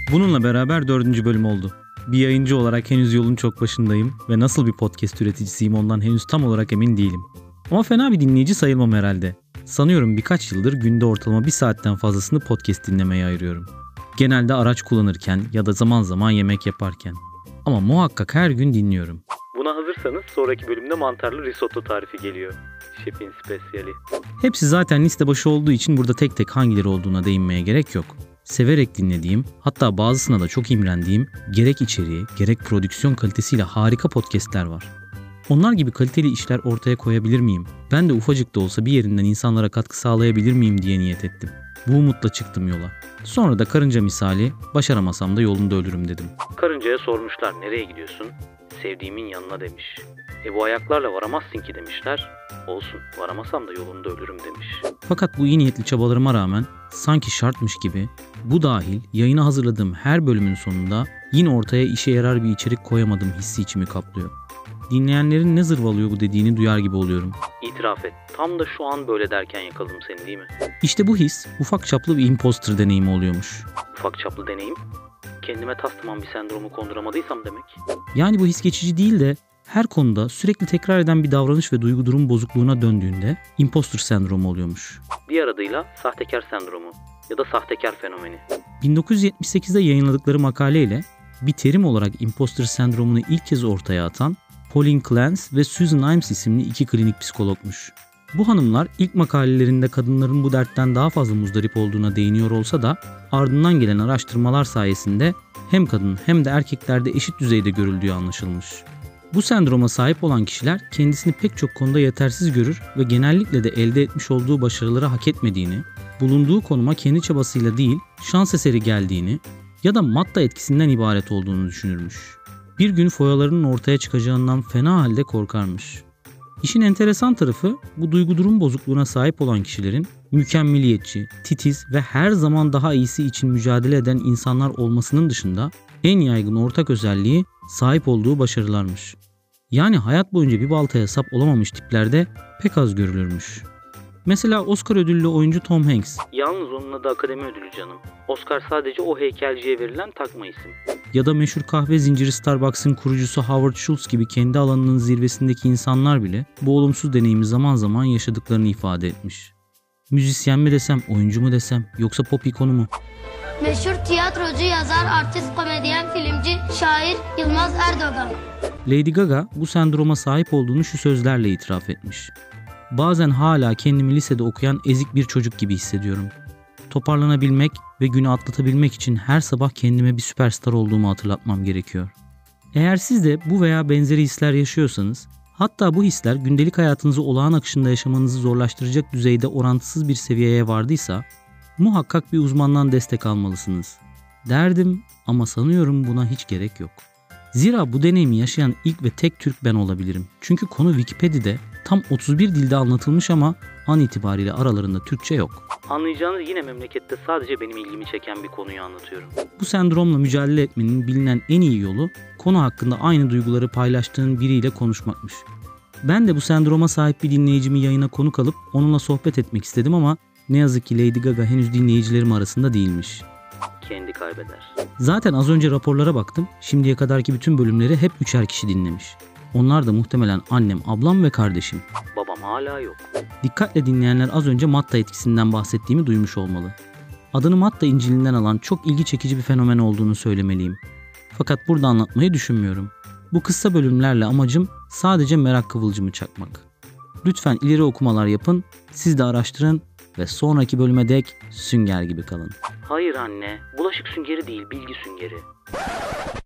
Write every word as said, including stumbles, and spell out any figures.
Bununla beraber dördüncü bölüm oldu. Bir yayıncı olarak henüz yolun çok başındayım ve nasıl bir podcast üreticisiyim ondan henüz tam olarak emin değilim. Ama fena bir dinleyici sayılmam herhalde. Sanıyorum birkaç yıldır günde ortalama bir saatten fazlasını podcast dinlemeye ayırıyorum. Genelde araç kullanırken ya da zaman zaman yemek yaparken. Ama muhakkak her gün dinliyorum. Buna hazırsanız sonraki bölümde mantarlı risotto tarifi geliyor. Şefin spesiyali. Hepsi zaten liste başı olduğu için burada tek tek hangileri olduğuna değinmeye gerek yok. Severek dinlediğim, hatta bazısına da çok imrendiğim, gerek içeriği, gerek prodüksiyon kalitesiyle harika podcastler var. Onlar gibi kaliteli işler ortaya koyabilir miyim? Ben de ufacık da olsa bir yerinden insanlara katkı sağlayabilir miyim diye niyet ettim. Bu umutla çıktım yola. Sonra da karınca misali, başaramasam da yolunda ölürüm dedim. Karıncaya sormuşlar, nereye gidiyorsun? Sevdiğimin yanına demiş. E bu ayaklarla varamazsın ki demişler. Olsun, varamasam da yolunda ölürüm demiş. Fakat bu iyi niyetli çabalarıma rağmen sanki şartmış gibi bu dahil yayına hazırladığım her bölümün sonunda yine ortaya işe yarar bir içerik koyamadım hissi içimi kaplıyor. Dinleyenlerin ne zırvalıyor bu dediğini duyar gibi oluyorum. İtiraf et, tam da şu an böyle derken yakaladım seni değil mi? İşte bu his ufak çaplı bir imposter deneyimi oluyormuş. Ufak çaplı deneyim? Kendime tas tamam bir sendromu konduramadıysam demek. Yani bu his geçici değil de her konuda sürekli tekrar eden bir davranış ve duygu durum bozukluğuna döndüğünde imposter sendromu oluyormuş. Diğer adıyla sahtekar sendromu ya da sahtekar fenomeni. bin dokuz yüz yetmiş sekizde yayınladıkları makaleyle bir terim olarak imposter sendromunu ilk kez ortaya atan Pauline Clance ve Susan Imes isimli iki klinik psikologmuş. Bu hanımlar ilk makalelerinde kadınların bu dertten daha fazla muzdarip olduğuna değiniyor olsa da ardından gelen araştırmalar sayesinde hem kadın hem de erkeklerde eşit düzeyde görüldüğü anlaşılmış. Bu sendroma sahip olan kişiler kendisini pek çok konuda yetersiz görür ve genellikle de elde etmiş olduğu başarıları hak etmediğini, bulunduğu konuma kendi çabasıyla değil şans eseri geldiğini ya da madde etkisinden ibaret olduğunu düşünürmüş. Bir gün foyalarının ortaya çıkacağından fena halde korkarmış. İşin enteresan tarafı bu duygu durum bozukluğuna sahip olan kişilerin mükemmeliyetçi, titiz ve her zaman daha iyisi için mücadele eden insanlar olmasının dışında en yaygın ortak özelliği sahip olduğu başarılarmış. Yani hayat boyunca bir baltaya sap olamamış tiplerde pek az görülürmüş. Mesela Oscar ödüllü oyuncu Tom Hanks. Yalnız onun adı akademi ödülü canım. Oscar sadece o heykelciye verilen takma isim. Ya da meşhur kahve zinciri Starbucks'ın kurucusu Howard Schultz gibi kendi alanının zirvesindeki insanlar bile bu olumsuz deneyimi zaman zaman yaşadıklarını ifade etmiş. Müzisyen mi desem, oyuncu mu desem, yoksa pop ikonu mu? Meşhur tiyatrocu, yazar, artist, komedyen, filmci, şair Yılmaz Erdoğan. Lady Gaga bu sendroma sahip olduğunu şu sözlerle itiraf etmiş. Bazen hala kendimi lisede okuyan ezik bir çocuk gibi hissediyorum. Toparlanabilmek ve günü atlatabilmek için her sabah kendime bir süperstar olduğumu hatırlatmam gerekiyor. Eğer siz de bu veya benzeri hisler yaşıyorsanız, hatta bu hisler gündelik hayatınızı olağan akışında yaşamanızı zorlaştıracak düzeyde orantısız bir seviyeye vardıysa, muhakkak bir uzmandan destek almalısınız. Derdim ama sanıyorum buna hiç gerek yok. Zira bu deneyimi yaşayan ilk ve tek Türk ben olabilirim. Çünkü konu Wikipedia'da tam otuz bir dilde anlatılmış ama an itibariyle aralarında Türkçe yok. Anlayacağınız yine memlekette sadece benim ilgimi çeken bir konuyu anlatıyorum. Bu sendromla mücadele etmenin bilinen en iyi yolu konu hakkında aynı duyguları paylaştığın biriyle konuşmakmış. Ben de bu sendroma sahip bir dinleyicimi yayına konuk alıp onunla sohbet etmek istedim ama ne yazık ki Lady Gaga henüz dinleyicilerim arasında değilmiş. Kendi kaybeder. Zaten az önce raporlara baktım. Şimdiye kadarki bütün bölümleri hep üçer kişi dinlemiş. Onlar da muhtemelen annem, ablam ve kardeşim. Babam hala yok. Dikkatle dinleyenler az önce Matta etkisinden bahsettiğimi duymuş olmalı. Adını Matta İncil'inden alan çok ilgi çekici bir fenomen olduğunu söylemeliyim. Fakat burada anlatmayı düşünmüyorum. Bu kısa bölümlerle amacım sadece merak kıvılcımı çakmak. Lütfen ileri okumalar yapın, siz de araştırın ve sonraki bölüme dek sünger gibi kalın. Hayır anne, bulaşık süngeri değil, bilgi süngeri.